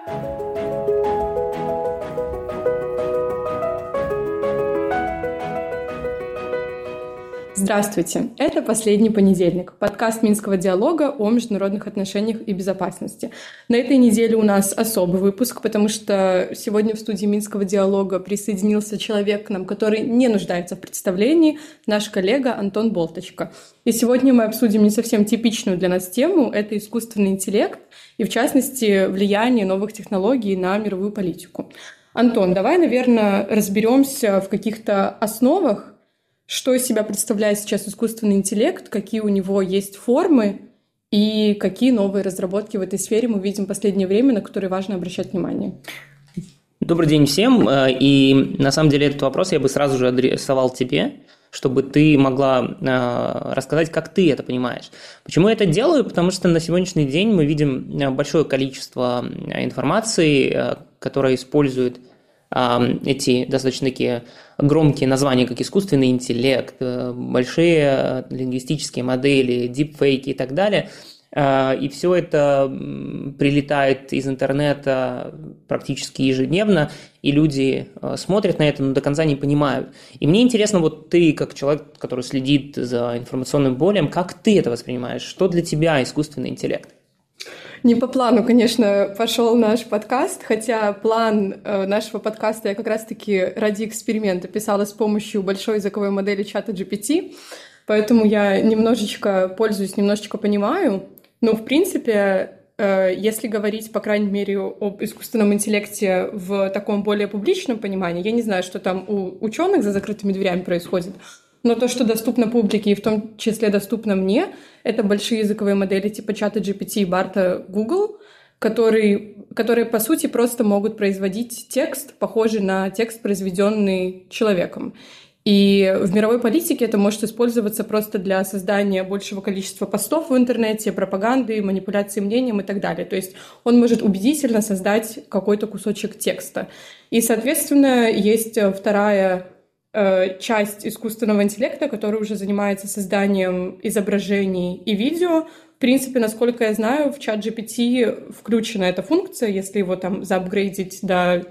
Здравствуйте! Это «Последний понедельник» — подкаст Минского диалога о международных отношениях и безопасности. На этой неделе у нас особый выпуск, потому что сегодня в студии Минского диалога присоединился человек к нам, который не нуждается в представлении, наш коллега Антон Болточка. И сегодня мы обсудим не совсем типичную для нас тему — это искусственный интеллект и, в частности, влияние новых технологий на мировую политику. Антон, давай, наверное, разберемся в каких-то основах, что из себя представляет сейчас искусственный интеллект, какие у него есть формы и какие новые разработки в этой сфере мы видим в последнее время, на которые важно обращать внимание. Добрый день всем. И на самом деле этот вопрос я бы сразу же адресовал тебе, чтобы ты могла рассказать, как ты это понимаешь. Почему я это делаю? Потому что на сегодняшний день мы видим большое количество информации, которая использует эти достаточно такие громкие названия, как искусственный интеллект, большие лингвистические модели, дипфейки и так далее. И все это прилетает из интернета практически ежедневно, и люди смотрят на это, но до конца не понимают. И мне интересно, вот ты, как человек, который следит за информационным полем, как ты это воспринимаешь? Что для тебя искусственный интеллект? Не по плану, конечно, пошел наш подкаст, хотя план нашего подкаста я как раз-таки ради эксперимента писала с помощью большой языковой модели чата GPT, поэтому я немножечко пользуюсь, немножечко понимаю. Но, в принципе, если говорить, по крайней мере, об искусственном интеллекте в таком более публичном понимании, я не знаю, что там у ученых за закрытыми дверями происходит, но то, что доступно публике и в том числе доступно мне, это большие языковые модели типа чата GPT и Барта Google, которые, по сути, просто могут производить текст, похожий на текст, произведенный человеком. И в мировой политике это может использоваться просто для создания большего количества постов в интернете, пропаганды, манипуляции мнением и так далее. То есть он может убедительно создать какой-то кусочек текста. И, соответственно, есть вторая часть искусственного интеллекта, которая уже занимается созданием изображений и видео. В принципе, насколько я знаю, в чат GPT включена эта функция, если его там заапгрейдить до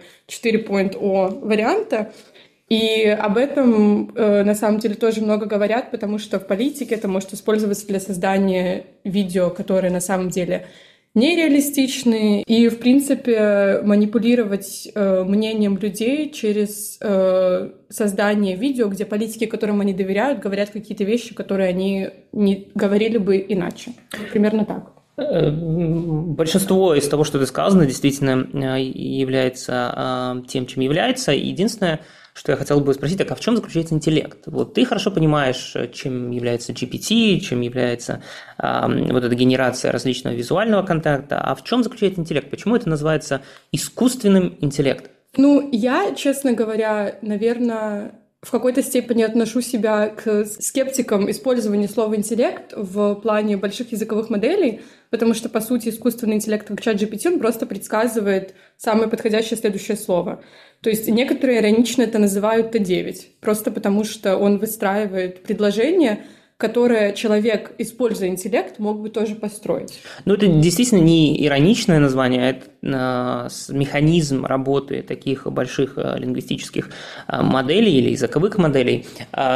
4.0 варианта. И об этом на самом деле тоже много говорят, потому что в политике это может использоваться для создания видео, которые на самом деле нереалистичны, и, в принципе, манипулировать мнением людей через создание видео, где политики, которым они доверяют, говорят какие-то вещи, которые они не говорили бы иначе. Примерно так. Большинство из того, что ты сказано, действительно является тем, чем является. Единственное, что я хотел бы спросить, так а в чем заключается интеллект? Вот ты хорошо понимаешь, чем является GPT, чем является вот эта генерация различного визуального контента, а в чем заключается интеллект? Почему это называется искусственным интеллектом? Ну, я, честно говоря, наверное, в какой-то степени отношу себя к скептикам использования слова «интеллект» в плане больших языковых моделей, потому что, по сути, искусственный интеллект, как чат GPT, он просто предсказывает самое подходящее следующее слово. То есть некоторые иронично это называют Т9, просто потому что он выстраивает предложение, которое человек, используя интеллект, мог бы тоже построить. Ну, это действительно не ироничное название, это механизм работы таких больших лингвистических моделей или языковых моделей.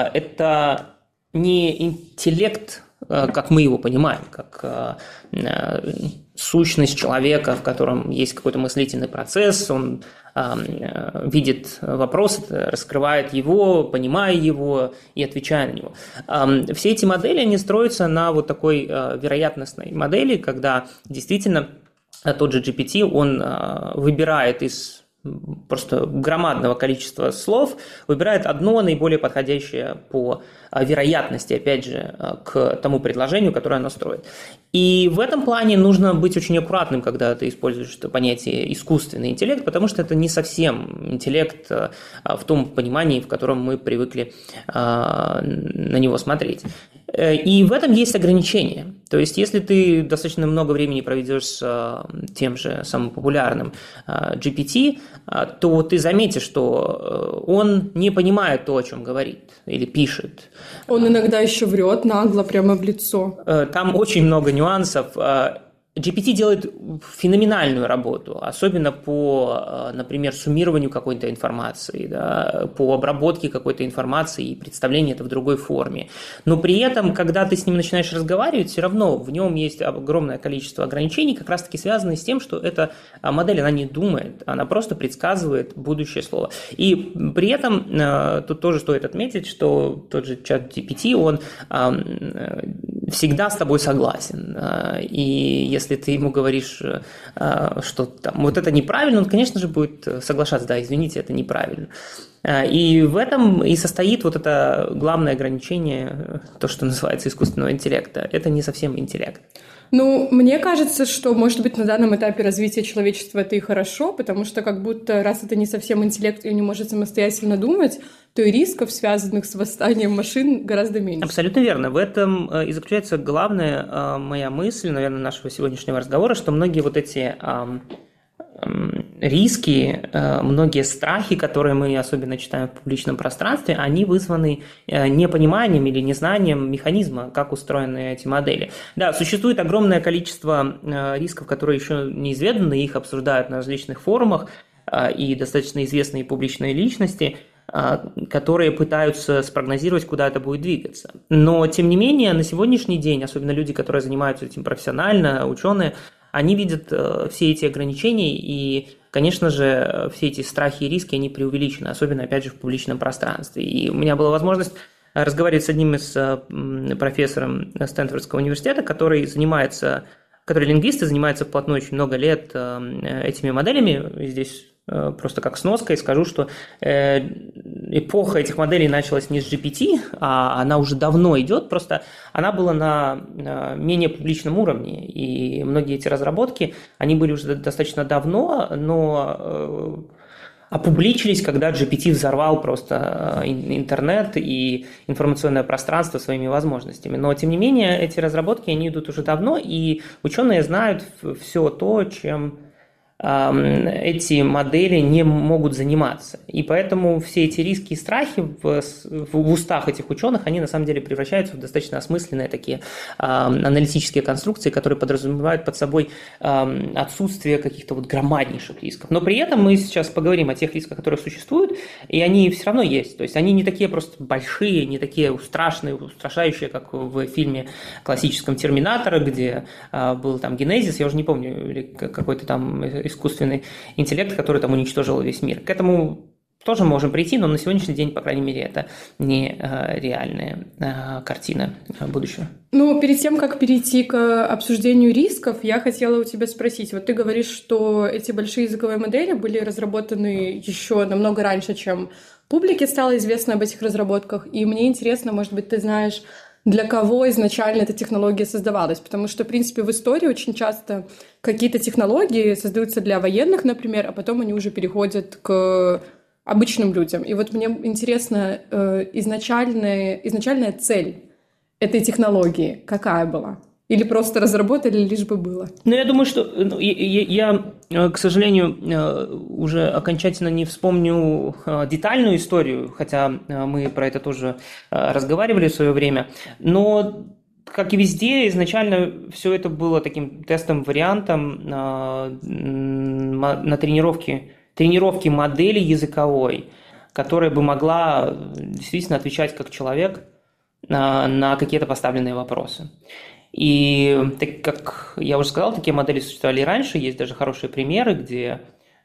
Это не интеллект, как мы его понимаем, как сущность человека, в котором есть какой-то мыслительный процесс, он видит вопрос, раскрывает его, понимая его и отвечая на него. Все эти модели, они строятся на вот такой вероятностной модели, когда действительно тот же GPT, он выбирает из просто громадного количества слов, выбирает одно наиболее подходящее по вероятности, опять же, к тому предложению, которое оно строит. И в этом плане нужно быть очень аккуратным, когда ты используешь это понятие искусственный интеллект, потому что это не совсем интеллект в том понимании, в котором мы привыкли на него смотреть. И в этом есть ограничения. То есть, если ты достаточно много времени проведешь с тем же самым популярным GPT, то ты заметишь, что он не понимает то, о чем говорит или пишет. Он иногда еще врет нагло, прямо в лицо. Там очень много нюансов. GPT делает феноменальную работу, особенно по, например, суммированию какой-то информации, да, по обработке какой-то информации и представлению это в другой форме. Но при этом, когда ты с ним начинаешь разговаривать, все равно в нем есть огромное количество ограничений, как раз-таки связанные с тем, что эта модель, она не думает, она просто предсказывает будущее слово. И при этом тут тоже стоит отметить, что тот же чат GPT, он всегда с тобой согласен. И если ты ему говоришь, что там, вот это неправильно, он, конечно же, будет соглашаться, да, извините, это неправильно. И в этом и состоит вот это главное ограничение, то, что называется искусственного интеллекта. Это не совсем интеллект. Ну, мне кажется, что, может быть, на данном этапе развития человечества это и хорошо, потому что как будто раз это не совсем интеллект и не может самостоятельно думать, то и рисков, связанных с восстанием машин, гораздо меньше. Абсолютно верно. В этом и заключается главная моя мысль, наверное, нашего сегодняшнего разговора, что многие вот эти риски, многие страхи, которые мы особенно читаем в публичном пространстве, они вызваны непониманием или незнанием механизма, как устроены эти модели. Да, существует огромное количество рисков, которые еще неизведаны, их обсуждают на различных форумах, и достаточно известные публичные личности, которые пытаются спрогнозировать, куда это будет двигаться. Но, тем не менее, на сегодняшний день, особенно люди, которые занимаются этим профессионально, ученые, они видят все эти ограничения, и, конечно же, все эти страхи и риски, они преувеличены, особенно, опять же, в публичном пространстве. И у меня была возможность разговаривать с одним из профессором Стэнфордского университета, который лингвист и занимается вплотную очень много лет этими моделями. И здесь просто как сноска, и скажу, что эпоха этих моделей началась не с GPT, а она уже давно идет, просто она была на менее публичном уровне, и многие эти разработки, они были уже достаточно давно, но опубличились, когда GPT взорвал просто интернет и информационное пространство своими возможностями. Но, тем не менее, эти разработки, они идут уже давно, и ученые знают все то, чем эти модели не могут заниматься. И поэтому все эти риски и страхи в устах этих ученых, они на самом деле превращаются в достаточно осмысленные такие аналитические конструкции, которые подразумевают под собой отсутствие каких-то вот громаднейших рисков. Но при этом мы сейчас поговорим о тех рисках, которые существуют, и они все равно есть. То есть они не такие просто большие, не такие страшные, устрашающие, как в фильме классическом «Терминатора», где был там генезис, я уже не помню, или какой-то там искусственный интеллект, который там уничтожил весь мир. К этому тоже можем прийти, но на сегодняшний день, по крайней мере, это не реальная картина будущего. Ну, перед тем, как перейти к обсуждению рисков, я хотела у тебя спросить. Вот ты говоришь, что эти большие языковые модели были разработаны еще намного раньше, чем публике стало известно об этих разработках. И мне интересно, может быть, ты знаешь, для кого изначально эта технология создавалась. Потому что, в принципе, в истории очень часто какие-то технологии создаются для военных, например, а потом они уже переходят к обычным людям. И вот мне интересно, изначальная цель этой технологии какая была? Или просто разработали, лишь бы было? Ну, я думаю, что я, к сожалению, уже окончательно не вспомню детальную историю, хотя мы про это тоже разговаривали в свое время. Но, как и везде, изначально все это было таким тестовым вариантом на тренировке модели языковой, которая бы могла действительно отвечать как человек на какие-то поставленные вопросы. И, так как я уже сказал, такие модели существовали и раньше, есть даже хорошие примеры, где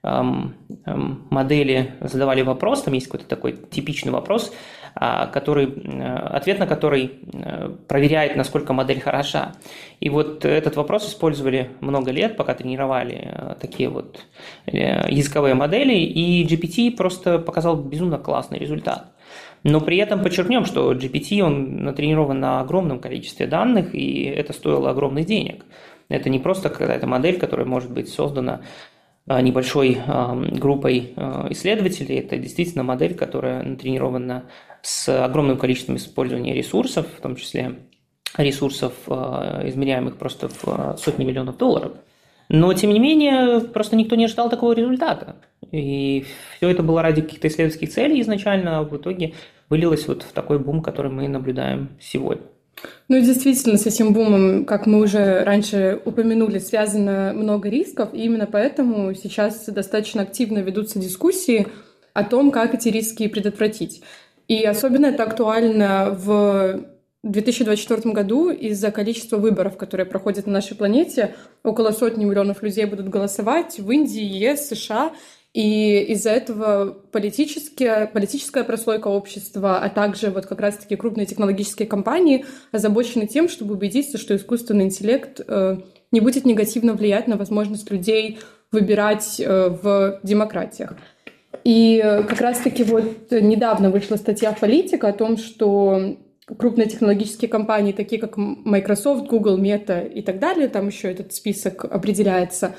модели задавали вопрос, там есть какой-то такой типичный вопрос, ответ на который проверяет, насколько модель хороша. И вот этот вопрос использовали много лет, пока тренировали такие вот языковые модели, и GPT просто показал безумно классный результат. Но при этом подчеркнем, что GPT, он натренирован на огромном количестве данных, и это стоило огромных денег. Это не просто какая-то модель, которая может быть создана небольшой группой исследователей. Это действительно модель, которая натренирована с огромным количеством использования ресурсов, в том числе ресурсов, измеряемых просто в сотни миллионов долларов. Но, тем не менее, просто никто не ожидал такого результата. И все это было ради каких-то исследовательских целей изначально, а в итоге вылилось вот в такой бум, который мы наблюдаем сегодня. Ну, действительно, с этим бумом, как мы уже раньше упомянули, связано много рисков, и именно поэтому сейчас достаточно активно ведутся дискуссии о том, как эти риски предотвратить. И особенно это актуально в 2024 году из-за количества выборов, которые проходят на нашей планете. Около 100 миллионов людей будут голосовать в Индии, ЕС, США. И из-за этого политическая прослойка общества, а также вот как раз-таки крупные технологические компании озабочены тем, чтобы убедиться, что искусственный интеллект не будет негативно влиять на возможность людей выбирать в демократиях. И как раз-таки вот недавно вышла статья в «Политика» о том, что крупные технологические компании, такие как Microsoft, Google, Meta и так далее, там еще этот список определяется,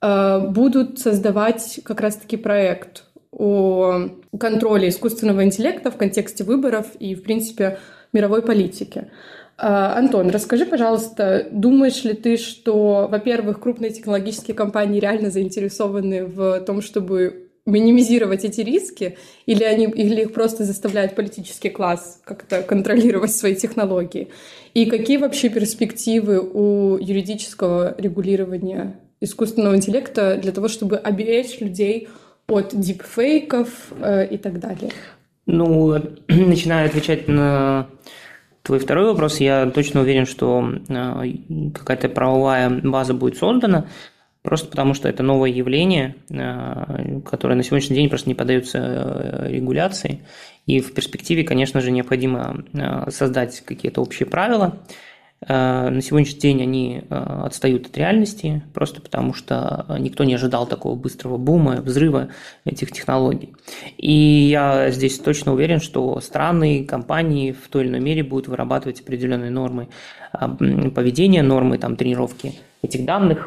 будут создавать как раз-таки проект о контроле искусственного интеллекта в контексте выборов и, в принципе, мировой политики. Антон, расскажи, пожалуйста, думаешь ли ты, что, во-первых, крупные технологические компании реально заинтересованы в том, чтобы минимизировать эти риски, или их просто заставляет политический класс как-то контролировать свои технологии? И какие вообще перспективы у юридического регулирования искусственного интеллекта для того, чтобы оберечь людей от дипфейков и так далее? Ну, начиная отвечать на твой второй вопрос, я точно уверен, что какая-то правовая база будет создана, просто потому что это новое явление, которое на сегодняшний день просто не поддается регуляции. И в перспективе, конечно же, необходимо создать какие-то общие правила. На сегодняшний день они отстают от реальности, просто потому что никто не ожидал такого быстрого бума, взрыва этих технологий. И я здесь точно уверен, что страны, компании в той или иной мере будут вырабатывать определенные нормы поведения, нормы там, тренировки этих данных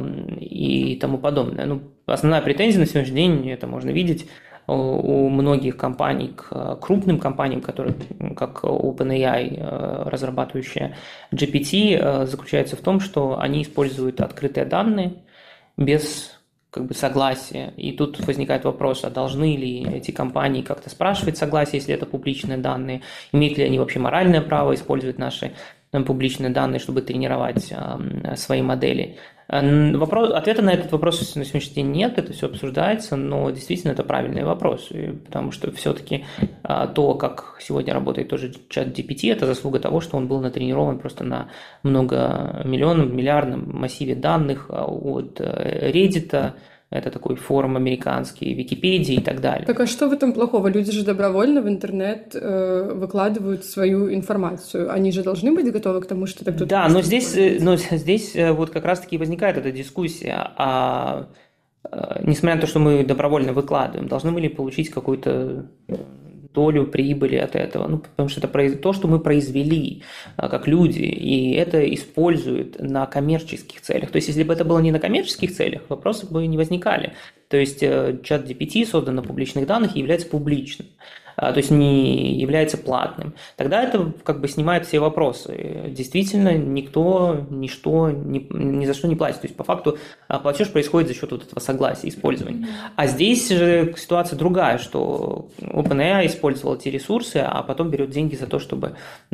и тому подобное. Ну, основная претензия на сегодняшний день, это можно видеть, у многих компаний к крупным компаниям, которые, как OpenAI, разрабатывающая GPT, заключается в том, что они используют открытые данные без согласия. И тут возникает вопрос, а должны ли эти компании как-то спрашивать согласие, если это публичные данные, имеют ли они вообще моральное право использовать наши публичные данные, чтобы тренировать свои модели. Ответа на этот вопрос на сегодняшний день нет, это все обсуждается, но действительно это правильный вопрос, потому что все-таки то, как сегодня работает тоже чат GPT, это заслуга того, что он был натренирован просто на многомиллионном, миллиардном массиве данных от Reddit. Это такой форум американский, Википедии и так далее. Так а что в этом плохого? Люди же добровольно в интернет выкладывают свою информацию. Они же должны быть готовы к тому, что это кто-то... Да, но здесь вот как раз-таки возникает эта дискуссия. Несмотря на то, что мы добровольно выкладываем, должны мы ли получить какую-то долю прибыли от этого, потому что это то, что мы произвели как люди, и это используют на коммерческих целях. То есть, если бы это было не на коммерческих целях, вопросы бы не возникали. То есть, чат GPT создан на публичных данных и является публичным, то есть не является платным. Тогда это снимает все вопросы. Действительно, никто ни за что не платит. То есть, по факту, платеж происходит за счет вот этого согласия, использования. А здесь же ситуация другая, что OpenAI использовал эти ресурсы, а потом берет деньги за то, чтобы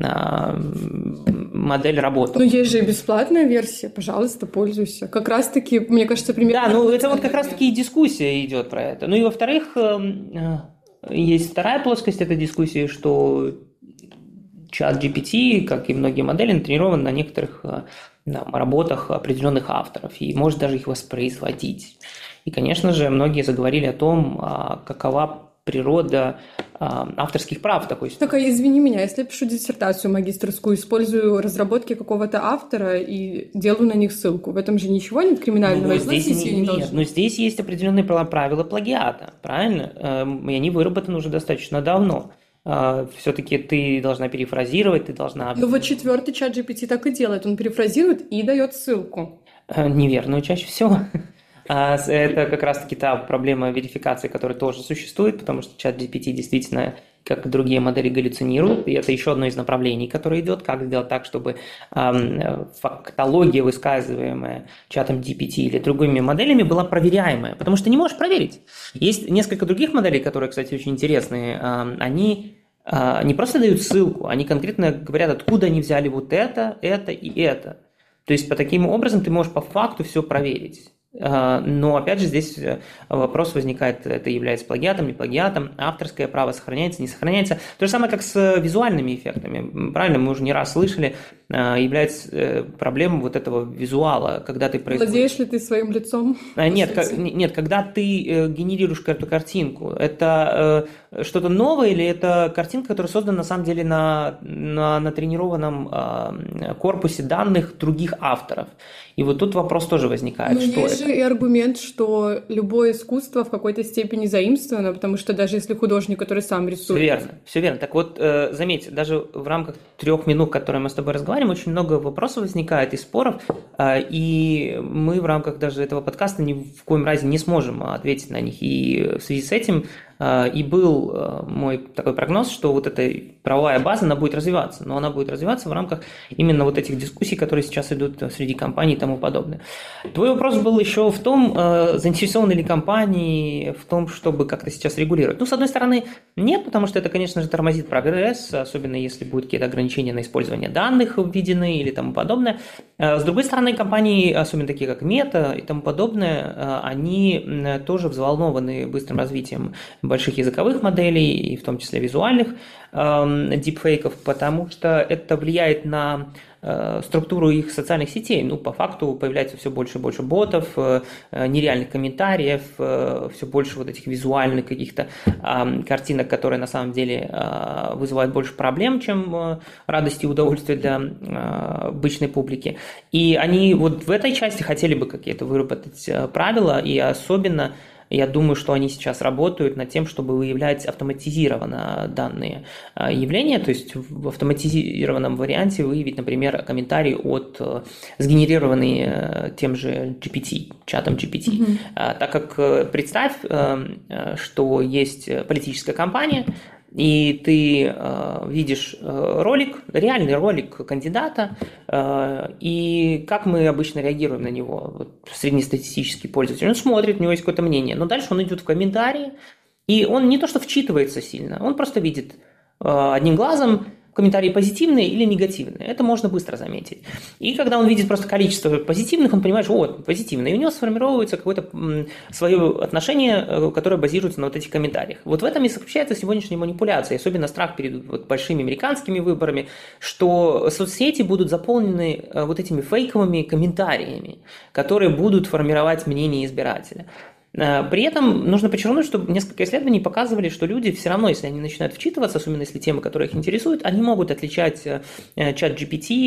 модель работала. Ну, есть же и бесплатная версия, пожалуйста, пользуйся. Как раз-таки, мне кажется, примерно... Да, это вот как раз-таки и дискуссия идет про это. Ну и во-вторых, есть вторая плоскость этой дискуссии, что чат GPT, как и многие модели, натренирован на некоторых работах определенных авторов и может даже их воспроизводить. И, конечно же, многие заговорили о том, какова природа авторских прав в такой ситуации. Так, извини меня, если я пишу диссертацию магистерскую, использую разработки какого-то автора и делаю на них ссылку, в этом же ничего нет криминального? Здесь нет, но здесь есть определенные правила плагиата, правильно? И они выработаны уже достаточно давно. Все-таки ты должна перефразировать, ты должна... Ну вот 4-й чат GPT так и делает, он перефразирует и дает ссылку. Неверную чаще всего. Это как раз-таки та проблема верификации, которая тоже существует, потому что чат GPT действительно, как и другие модели, галлюцинирует, и это еще одно из направлений, которое идет, как сделать так, чтобы фактология, высказываемая чатом GPT или другими моделями, была проверяемая, потому что не можешь проверить. Есть несколько других моделей, которые, кстати, очень интересные, они не просто дают ссылку, они конкретно говорят, откуда они взяли вот это и это. То есть по таким образом ты можешь по факту все проверить. Но опять же здесь вопрос возникает, это является плагиатом, не плагиатом, авторское право сохраняется, не сохраняется. То же самое, как с визуальными эффектами. Правильно, мы уже не раз слышали, является проблемой вот этого визуала, когда ты производишь... Владеешь ли ты своим лицом? Нет, когда ты генерируешь эту картинку, это что-то новое или это картинка, которая создана на самом деле на натренированном корпусе данных других авторов? И вот тут вопрос тоже возникает, что есть это. же и аргумент, что любое искусство в какой-то степени заимствовано, потому что даже если художник, который сам рисует... Все верно. Так вот, заметьте, даже в рамках 3 минут, которые мы с тобой разговариваем, очень много вопросов возникает и споров, и мы в рамках даже этого подкаста ни в коем разе не сможем ответить на них. И в связи с этим и был мой такой прогноз, что вот эта правовая база, она будет развиваться, но она будет развиваться в рамках именно вот этих дискуссий, которые сейчас идут среди компаний и тому подобное. Твой вопрос был еще в том, заинтересованы ли компании в том, чтобы как-то сейчас регулировать. Ну, с одной стороны, нет, потому что это, конечно же, тормозит прогресс, особенно если будут какие-то ограничения на использование данных введены или тому подобное. С другой стороны, компании, особенно такие как Meta и тому подобное, они тоже взволнованы быстрым развитием больших языковых моделей, и в том числе визуальных дипфейков, потому что это влияет на структуру их социальных сетей. Ну, по факту появляется все больше и больше ботов, нереальных комментариев, все больше вот этих визуальных каких-то картинок, которые на самом деле вызывают больше проблем, чем радости и удовольствия для обычной публики. И они вот в этой части хотели бы какие-то выработать правила, и особенно я думаю, что они сейчас работают над тем, чтобы выявлять автоматизированно данные явления, то есть в автоматизированном варианте выявить, например, комментарий сгенерированный тем же GPT, чатом GPT. Так как представь, что есть политическая кампания, и ты видишь ролик, реальный ролик кандидата, и как мы обычно реагируем на него, вот, среднестатистический пользователь, он смотрит, у него есть какое-то мнение, но дальше он идет в комментарии, и он не то что вчитывается сильно, он просто видит одним глазом комментарии позитивные или негативные. Это можно быстро заметить. И когда он видит просто количество позитивных, он понимает, что вот, позитивные, и у него сформировывается какое-то свое отношение, которое базируется на вот этих комментариях. Вот в этом и заключается сегодняшняя манипуляция, особенно страх перед вот большими американскими выборами, что соцсети будут заполнены вот этими фейковыми комментариями, которые будут формировать мнение избирателя. При этом нужно подчеркнуть, что несколько исследований показывали, что люди все равно, если они начинают вчитываться, особенно если темы, которые их интересуют, они могут отличать чат GPT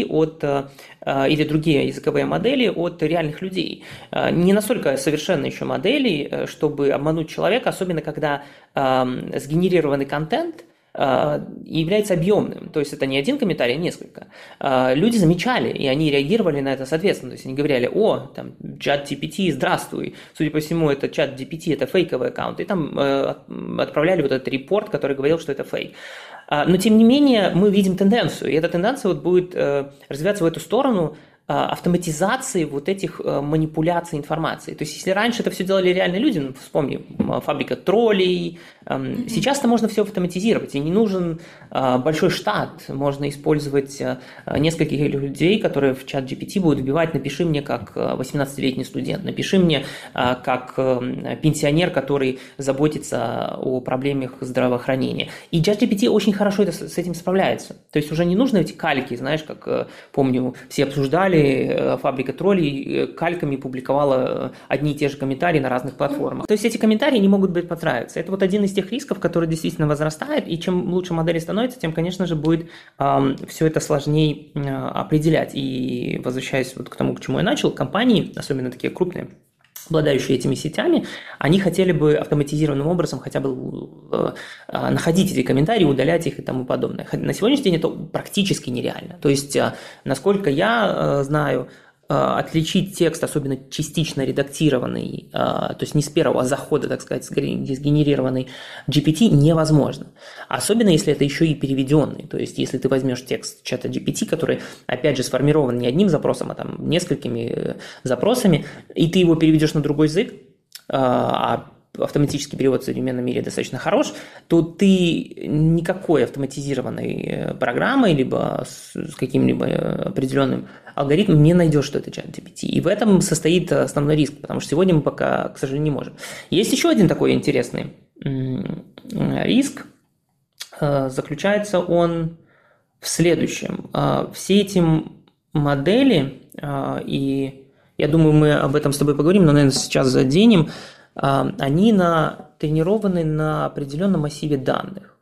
или другие языковые модели от реальных людей. Не настолько совершенны еще модели, чтобы обмануть человека, особенно когда сгенерированный контент является объемным, то есть это не один комментарий, а несколько. Люди замечали, и они реагировали на это соответственно, то есть они говорили, там, чат GPT, здравствуй, судя по всему, это чат GPT, это фейковый аккаунт, и там отправляли вот этот репорт, который говорил, что это фейк. Но тем не менее мы видим тенденцию, и эта тенденция вот будет развиваться в эту сторону, автоматизации вот этих манипуляций информацией. То есть, если раньше это все делали реальные люди, вспомни, фабрика троллей, сейчас это можно все автоматизировать, и не нужен большой штат, можно использовать нескольких людей, которые в чат GPT будут вбивать, напиши мне как 18-летний студент, напиши мне как пенсионер, который заботится о проблемах здравоохранения. И чат GPT очень хорошо с этим справляется. То есть, уже не нужно эти кальки, знаешь, как, помню, все обсуждали, фабрика троллей кальками публиковала одни и те же комментарии на разных платформах. То есть эти комментарии не могут быть подстраиваться. Это вот один из тех рисков, который действительно возрастает, и чем лучше модели становится, тем, конечно же, будет все это сложнее определять. И возвращаясь вот к тому, к чему я начал, компании, особенно такие крупные, обладающие этими сетями, они хотели бы автоматизированным образом хотя бы находить эти комментарии, удалять их и тому подобное. На сегодняшний день это практически нереально. То есть, насколько я знаю, отличить текст, особенно частично редактированный, то есть не с первого захода, так сказать, сгенерированный GPT, невозможно. Особенно, если это еще и переведенный. То есть, если ты возьмешь текст чата GPT, который, опять же, сформирован не одним запросом, а там несколькими запросами, и ты его переведешь на другой язык, автоматический перевод в современном мире достаточно хорош, то ты никакой автоматизированной программой, либо с каким-либо определенным алгоритмом не найдешь, что это ChatGPT. И в этом состоит основной риск, потому что сегодня мы пока, к сожалению, не можем. Есть еще один такой интересный риск. Заключается он в следующем. Все эти модели, и я думаю, мы об этом с тобой поговорим, но, наверное, сейчас заденем, они тренированы на определенном массиве данных.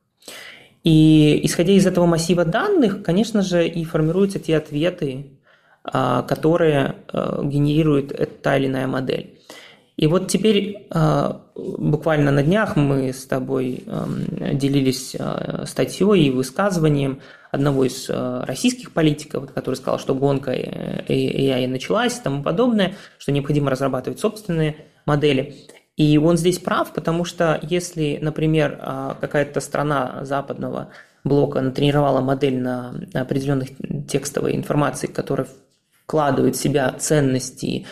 И исходя из этого массива данных, конечно же, и формируются те ответы, которые генерирует та или иная модель. И вот теперь буквально на днях мы с тобой делились статьей и высказыванием одного из российских политиков, который сказал, что гонка AI началась и тому подобное, что необходимо разрабатывать собственные модели. И он здесь прав, потому что если, например, какая-то страна западного блока натренировала модель на определенных текстовой информации, которая вкладывает в себя ценности,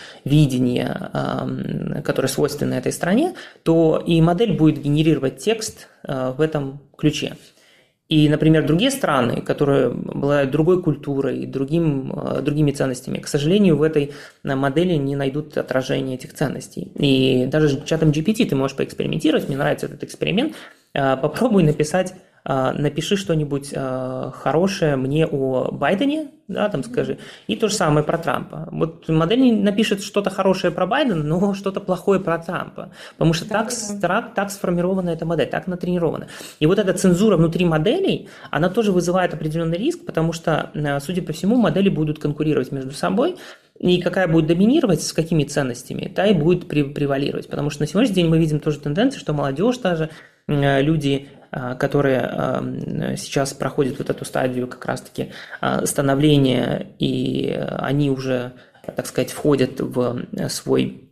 видение, которое свойственно этой стране, то и модель будет генерировать текст в этом ключе. И, например, другие страны, которые обладают другой культурой, другими ценностями, к сожалению, в этой модели не найдут отражения этих ценностей. И даже чатом GPT ты можешь поэкспериментировать, мне нравится этот эксперимент, попробуй напиши что-нибудь хорошее мне о Байдене, да, там скажи, и то же самое про Трампа. Вот модель не напишет что-то хорошее про Байдена, но что-то плохое про Трампа, потому что так сформирована эта модель, так натренирована. И вот эта цензура внутри моделей, она тоже вызывает определенный риск, потому что, судя по всему, модели будут конкурировать между собой, и какая будет доминировать, с какими ценностями, та и будет превалировать. Потому что на сегодняшний день мы видим тоже тенденцию, что молодежь даже, люди, которые сейчас проходят вот эту стадию как раз-таки становления, и они уже, так сказать, входят в свой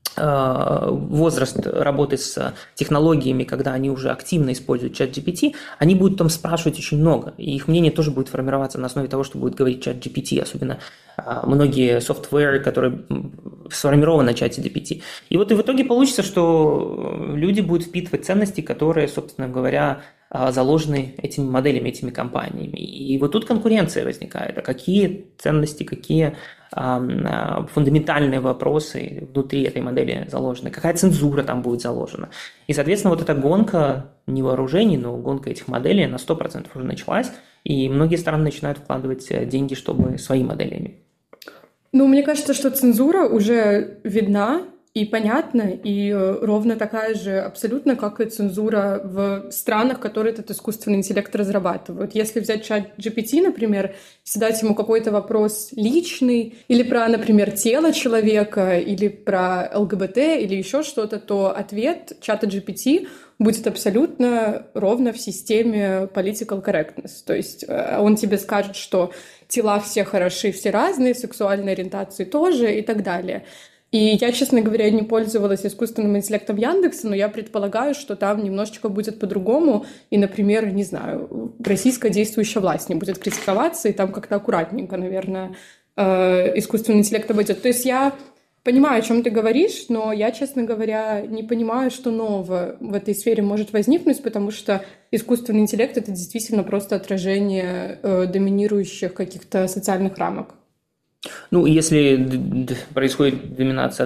возраст работы с технологиями, когда они уже активно используют ChatGPT, они будут там спрашивать очень много, и их мнение тоже будет формироваться на основе того, что будет говорить ChatGPT, особенно многие софтверы, которые сформированы на ChatGPT. И вот и в итоге получится, что люди будут впитывать ценности, которые, собственно говоря, заложены этими моделями, этими компаниями. И вот тут конкуренция возникает. А какие ценности, какие фундаментальные вопросы внутри этой модели заложены, какая цензура там будет заложена. И, соответственно, вот эта гонка не вооружений, но гонка этих моделей на 100% уже началась, и многие страны начинают вкладывать деньги, чтобы свои модели иметь. Ну, мне кажется, что цензура уже видна и понятна, и ровно такая же абсолютно, как и цензура в странах, которые этот искусственный интеллект разрабатывают. Если взять чат GPT, например, задать ему какой-то вопрос личный, или про, например, тело человека, или про ЛГБТ, или еще что-то, то ответ чата GPT будет абсолютно ровно в системе political correctness. То есть он тебе скажет, что тела все хороши, все разные, сексуальные ориентации тоже и так далее. И я, честно говоря, не пользовалась искусственным интеллектом Яндекса, но я предполагаю, что там немножечко будет по-другому. И, например, не знаю, российская действующая власть не будет критиковаться, и там как-то аккуратненько, наверное, искусственный интеллект обойдет. То есть я понимаю, о чем ты говоришь, но я, честно говоря, не понимаю, что нового в этой сфере может возникнуть, потому что искусственный интеллект — это действительно просто отражение доминирующих каких-то социальных рамок. Ну, если происходит доминация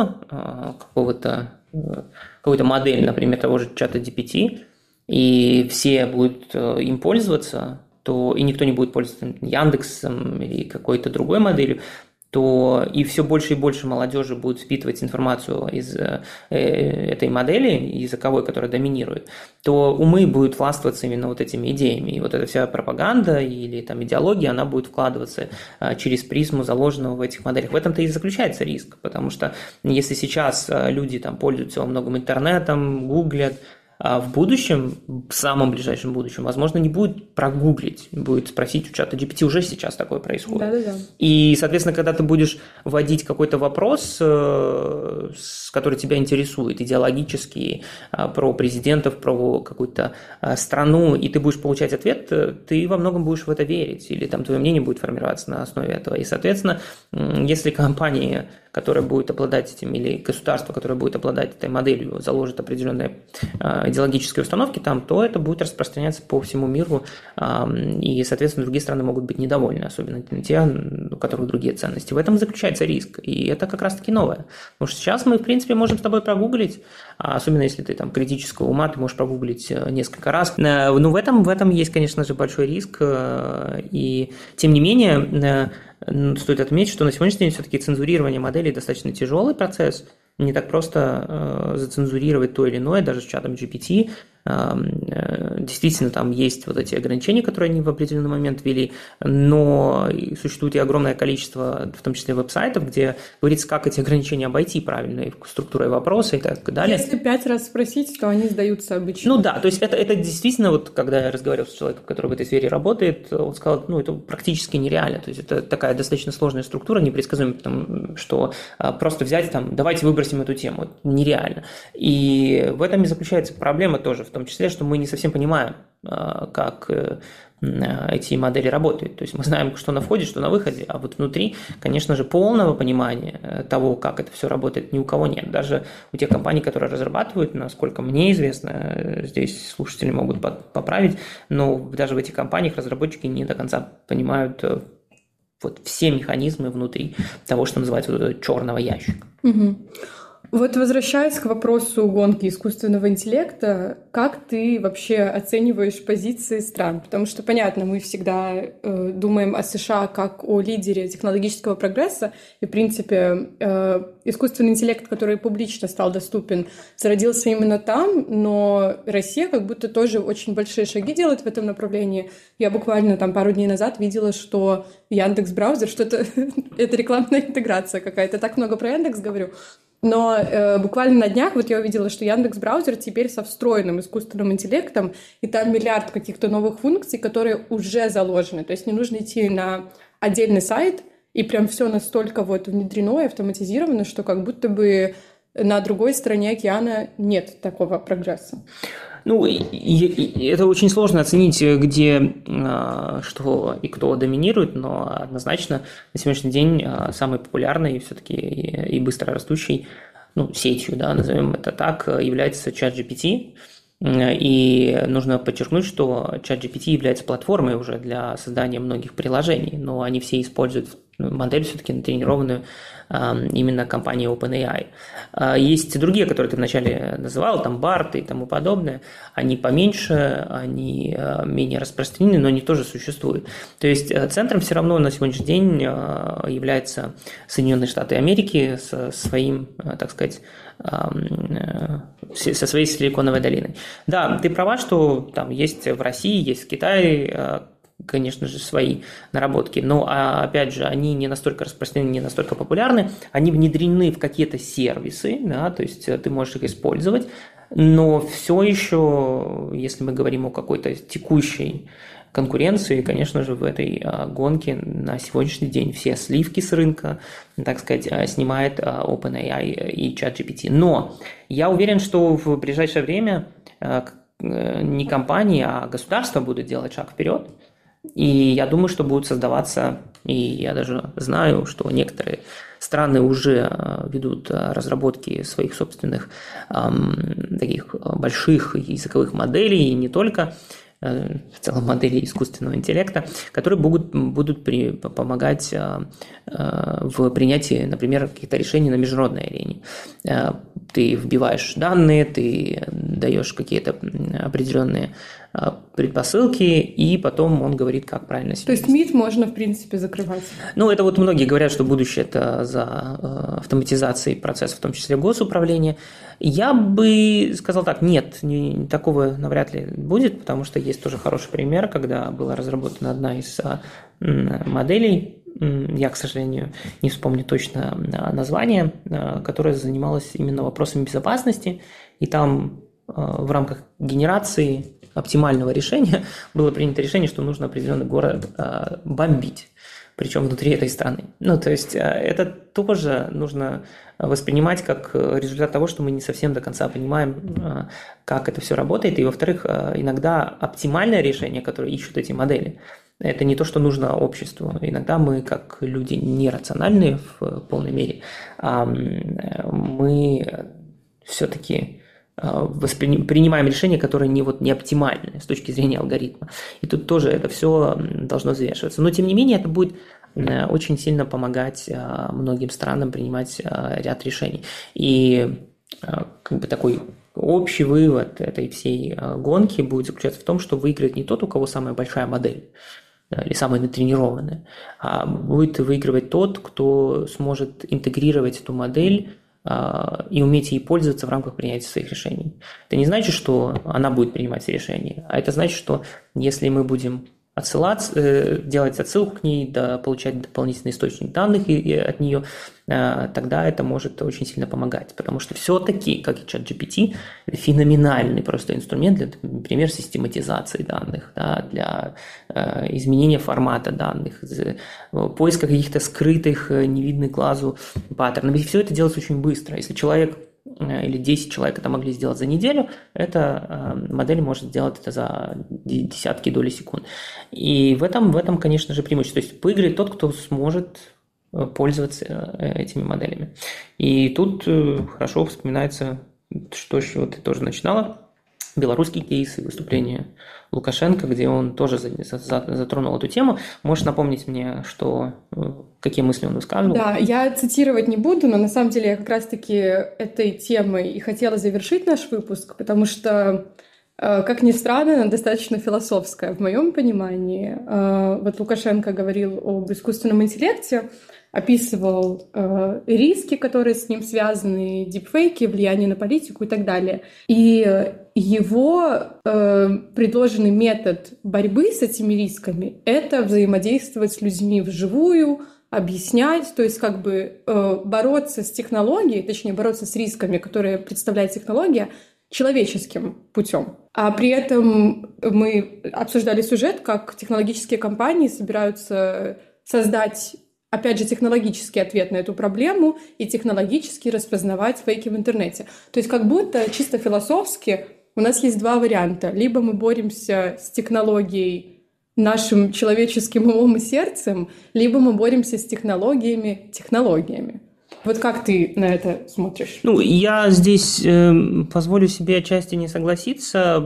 какой-то модели, например, того же чата GPT, и все будут им пользоваться, то и никто не будет пользоваться Яндексом или какой-то другой моделью, то и все больше и больше молодежи будет впитывать информацию из этой модели, языковой, которая доминирует, то умы будут властвоваться именно вот этими идеями. И вот эта вся пропаганда или там идеология, она будет вкладываться через призму заложенного в этих моделях. В этом-то и заключается риск, потому что если сейчас люди там пользуются во многом интернетом, гуглят, а в будущем, в самом ближайшем будущем, возможно, не будет прогуглить, будет спросить у чата GPT, уже сейчас такое происходит. Да-да-да. И, соответственно, когда ты будешь вводить какой-то вопрос, который тебя интересует, идеологический, про президентов, про какую-то страну, и ты будешь получать ответ, ты во многом будешь в это верить, или там твое мнение будет формироваться на основе этого. И, соответственно, если компании, которое будет обладать этим, или государство, которое будет обладать этой моделью, заложит определенные идеологические установки там, то это будет распространяться по всему миру, и, соответственно, другие страны могут быть недовольны, особенно те, у которых другие ценности. В этом заключается риск, и это как раз-таки новое. Потому что сейчас мы, в принципе, можем с тобой прогуглить, особенно если ты там критического ума, ты можешь прогуглить несколько раз. Но в этом есть, конечно же, большой риск, и тем не менее стоит отметить, что на сегодняшний день все-таки цензурирование моделей достаточно тяжелый процесс. Не так просто зацензурировать то или иное, даже с чатом GPT. Действительно, там есть вот эти ограничения, которые они в определенный момент ввели, но существует и огромное количество, в том числе веб-сайтов, где говорится, как эти ограничения обойти правильно, и структурой вопроса и так далее. Если 5 раз спросить, то они сдаются обычно. Ну да, то есть это действительно, вот когда я разговаривал с человеком, который в этой сфере работает, он сказал, это практически нереально, то есть это такая достаточно сложная структура, непредсказуемая, потому что просто взять там, давайте выбросим эту тему, это нереально. И в этом и заключается проблема тоже, в том числе, что мы не совсем понимаем, как эти модели работают. То есть мы знаем, что на входе, что на выходе, а вот внутри, конечно же, полного понимания того, как это все работает, ни у кого нет. Даже у тех компаний, которые разрабатывают, насколько мне известно, здесь слушатели могут поправить, но даже в этих компаниях разработчики не до конца понимают вот все механизмы внутри того, что называется черного ящика. Угу. Вот возвращаясь к вопросу гонки искусственного интеллекта, как ты вообще оцениваешь позиции стран? Потому что, понятно, мы всегда думаем о США как о лидере технологического прогресса, и, в принципе, искусственный интеллект, который публично стал доступен, зародился именно там, но Россия как будто тоже очень большие шаги делает в этом направлении. Я буквально там пару дней назад видела, что Яндекс.Браузер, что-то это рекламная интеграция какая-то. Так много про Яндекс говорю. Но буквально на днях вот я увидела, что Яндекс.Браузер теперь со встроенным искусственным интеллектом, и там миллиард каких-то новых функций, которые уже заложены. То есть не нужно идти на отдельный сайт, и прям все настолько вот внедрено и автоматизировано, что как будто бы на другой стороне океана нет такого прогресса. Это очень сложно оценить, где что и кто доминирует, но однозначно на сегодняшний день самой популярной все-таки и быстро растущей, сетью, да, назовем это так, является ChatGPT. И нужно подчеркнуть, что ChatGPT является платформой уже для создания многих приложений, но они все используют модель все-таки натренированную именно компанией OpenAI. Есть другие, которые ты вначале называл, там BART и тому подобное. Они поменьше, они менее распространены, но они тоже существуют. То есть центром все равно на сегодняшний день являются Соединенные Штаты Америки со своим, так сказать, со своей Силиконовой долиной. Да, ты права, что там есть в России, есть в Китае, конечно же, свои наработки, но, опять же, они не настолько распространены, не настолько популярны, они внедрены в какие-то сервисы, да, то есть ты можешь их использовать, но все еще, если мы говорим о какой-то текущей конкуренции, конечно же, в этой гонке на сегодняшний день все сливки с рынка, так сказать, снимает OpenAI и ChatGPT. Но я уверен, что в ближайшее время не компании, а государства будут делать шаг вперед. И я думаю, что будут создаваться, и я даже знаю, что некоторые страны уже ведут разработки своих собственных таких больших языковых моделей, и не только, в целом моделей искусственного интеллекта, которые будут помогать в принятии, например, каких-то решений на международной арене. Ты вбиваешь данные, ты даешь какие-то определенные предпосылки, и потом он говорит, как правильно себя вести. То есть МИД можно, в принципе, закрывать? Это вот многие говорят, что будущее – это за автоматизацией процессов, в том числе госуправления. Я бы сказал так, нет, такого навряд ли будет, потому что есть тоже хороший пример, когда была разработана одна из моделей, я, к сожалению, не вспомню точно название, которая занималась именно вопросами безопасности, и там в рамках генерации оптимального решения было принято решение, что нужно определенный город бомбить, причем внутри этой страны. То есть это тоже нужно воспринимать как результат того, что мы не совсем до конца понимаем, как это все работает. И, во-вторых, иногда оптимальное решение, которое ищут эти модели, это не то, что нужно обществу. Иногда мы, как люди нерациональные в полной мере, мы все-таки принимаем решения, которые не оптимальны с точки зрения алгоритма. И тут тоже это все должно взвешиваться. Но, тем не менее, это будет очень сильно помогать многим странам принимать ряд решений. И как бы такой общий вывод этой всей гонки будет заключаться в том, что выиграет не тот, у кого самая большая модель, или самая натренированная, а будет выигрывать тот, кто сможет интегрировать эту модель и уметь ей пользоваться в рамках принятия своих решений. Это не значит, что она будет принимать все решения, а это значит, что если мы будем делать отсылку к ней, получать дополнительный источник данных от нее, тогда это может очень сильно помогать. Потому что все-таки, как и ChatGPT, это феноменальный просто инструмент для, например, систематизации данных, да, для изменения формата данных, поиска каких-то скрытых, невидных глазу паттернов. И все это делается очень быстро. Если человек или 10 человек это могли сделать за неделю, эта модель может сделать это за десятки доли секунд. И в этом, конечно же, преимущество. То есть выиграет тот, кто сможет пользоваться этими моделями. И тут хорошо вспоминается, что с чего ты тоже начинала, белорусский кейс и выступление Лукашенко, где он тоже затронул эту тему. Можешь напомнить мне, какие мысли он высказывал? Да, я цитировать не буду, но на самом деле я как раз-таки этой темой и хотела завершить наш выпуск, потому что, как ни странно, она достаточно философская в моем понимании. Вот Лукашенко говорил об искусственном интеллекте, описывал риски, которые с ним связаны, дипфейки, влияние на политику и так далее. И его предложенный метод борьбы с этими рисками — это взаимодействовать с людьми вживую, объяснять, то есть как бы бороться с технологией, точнее бороться с рисками, которые представляет технология, человеческим путем. А при этом мы обсуждали сюжет, как технологические компании собираются создать, опять же, технологический ответ на эту проблему и технологически распознавать фейки в интернете. То есть как будто чисто философски у нас есть два варианта. Либо мы боремся с технологией нашим человеческим умом и сердцем, либо мы боремся с технологиями. Вот как ты на это смотришь? Я здесь позволю себе отчасти не согласиться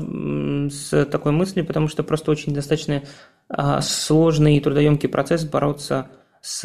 с такой мыслью, потому что просто очень достаточно сложный и трудоемкий процесс бороться с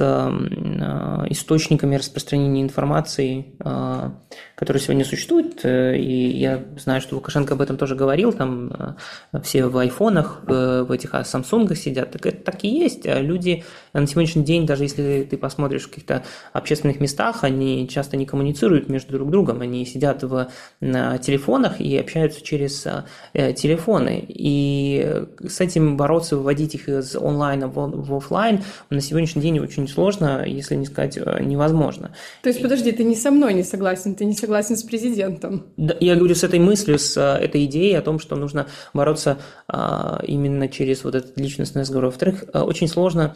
источниками распространения информации, которые сегодня существуют. И я знаю, что Лукашенко об этом тоже говорил, там все в айфонах, в этих Samsung сидят. Так это так и есть. Люди на сегодняшний день, даже если ты посмотришь в каких-то общественных местах, они часто не коммуницируют между друг другом, они сидят в телефонах и общаются через телефоны. И с этим бороться, выводить их из онлайна в офлайн на сегодняшний день очень сложно, если не сказать невозможно. То есть, подожди, ты не со мной не согласен, ты не согласен с президентом? Да, я говорю с этой мыслью, с этой идеей о том, что нужно бороться именно через вот этот личностный разговор. Во-вторых, очень сложно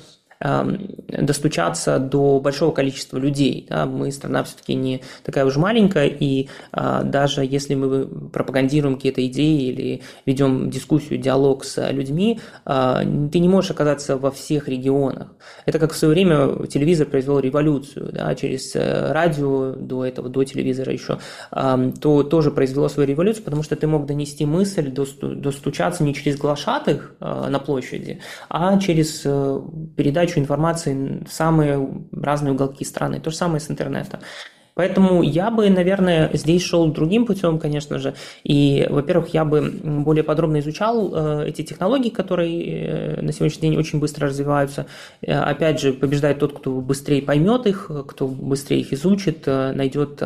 достучаться до большого количества людей. Да? Мы страна все-таки не такая уж маленькая, и даже если мы пропагандируем какие-то идеи или ведем дискуссию, диалог с людьми, ты не можешь оказаться во всех регионах. Это как в свое время телевизор произвел революцию, да? Через радио до этого, до телевизора еще, то тоже произвело свою революцию, потому что ты мог донести мысль, достучаться не через глашатых на площади, а через передачу информации в самые разные уголки страны. То же самое с интернетом. Поэтому я бы, наверное, здесь шел другим путем, конечно же. И, во-первых, я бы более подробно изучал эти технологии, которые на сегодняшний день очень быстро развиваются. Опять же, побеждает тот, кто быстрее поймет их, кто быстрее их изучит, найдет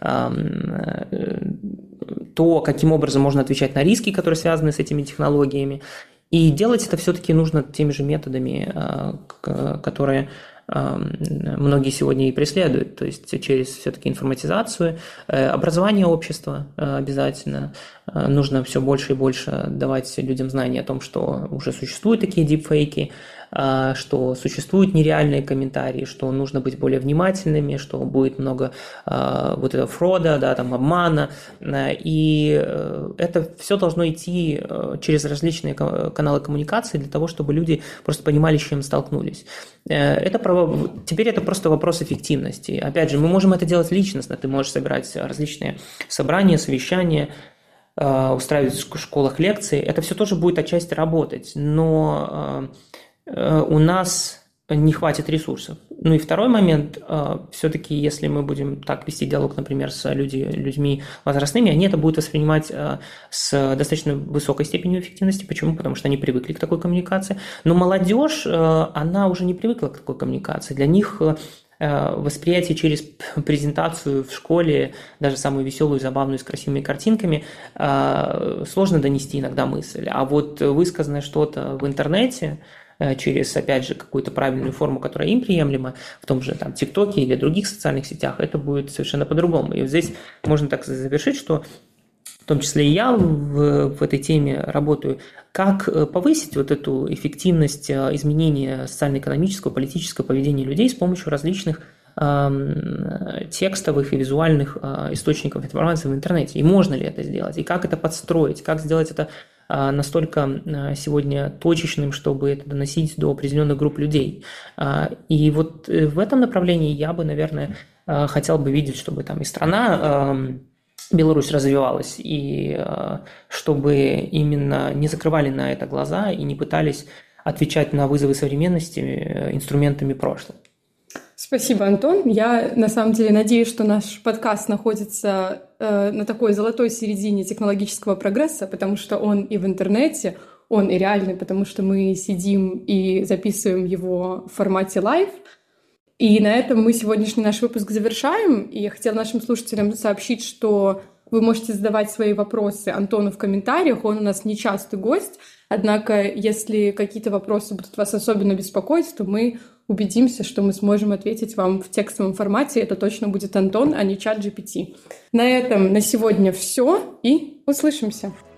то, каким образом можно отвечать на риски, которые связаны с этими технологиями. И делать это все-таки нужно теми же методами, которые многие сегодня и преследуют, то есть через все-таки информатизацию, образование общества обязательно. Нужно все больше и больше давать людям знания о том, что уже существуют такие дипфейки, что существуют нереальные комментарии, что нужно быть более внимательными, что будет много вот этого фрода, да, там, обмана, и это все должно идти через различные каналы коммуникации для того, чтобы люди просто понимали, с чем столкнулись. Теперь это просто вопрос эффективности. Опять же, мы можем это делать личностно. Ты можешь собирать различные собрания, совещания, устраивать в школах лекции. Это все тоже будет отчасти работать, но у нас не хватит ресурсов. Ну и второй момент, все-таки, если мы будем так вести диалог, например, с людьми возрастными, они это будут воспринимать с достаточно высокой степенью эффективности. Почему? Потому что они привыкли к такой коммуникации. Но молодежь, она уже не привыкла к такой коммуникации. Для них восприятие через презентацию в школе, даже самую веселую, забавную, с красивыми картинками, сложно донести иногда мысль. А вот высказанное что-то в интернете через, опять же, какую-то правильную форму, которая им приемлема, в том же там ТикТоке или других социальных сетях, это будет совершенно по-другому. И вот здесь можно так завершить, что в том числе и я в этой теме работаю, как повысить вот эту эффективность изменения социально-экономического, политического поведения людей с помощью различных текстовых и визуальных источников информации в интернете. И можно ли это сделать? И как это подстроить? Как сделать это настолько сегодня точечным, чтобы это доносить до определенных групп людей. И вот в этом направлении я бы, наверное, хотел бы видеть, чтобы там и страна Беларусь развивалась, и чтобы именно не закрывали на это глаза и не пытались отвечать на вызовы современности инструментами прошлого. Спасибо, Антон. Я, на самом деле, надеюсь, что наш подкаст находится на такой золотой середине технологического прогресса, потому что он и в интернете, он и реальный, потому что мы сидим и записываем его в формате лайв. И на этом мы сегодняшний наш выпуск завершаем. И я хотела нашим слушателям сообщить, что вы можете задавать свои вопросы Антону в комментариях. Он у нас нечастый гость. Однако, если какие-то вопросы будут вас особенно беспокоить, то мы убедимся, что мы сможем ответить вам в текстовом формате. Это точно будет Антон, а не чат GPT. На этом на сегодня все, и услышимся.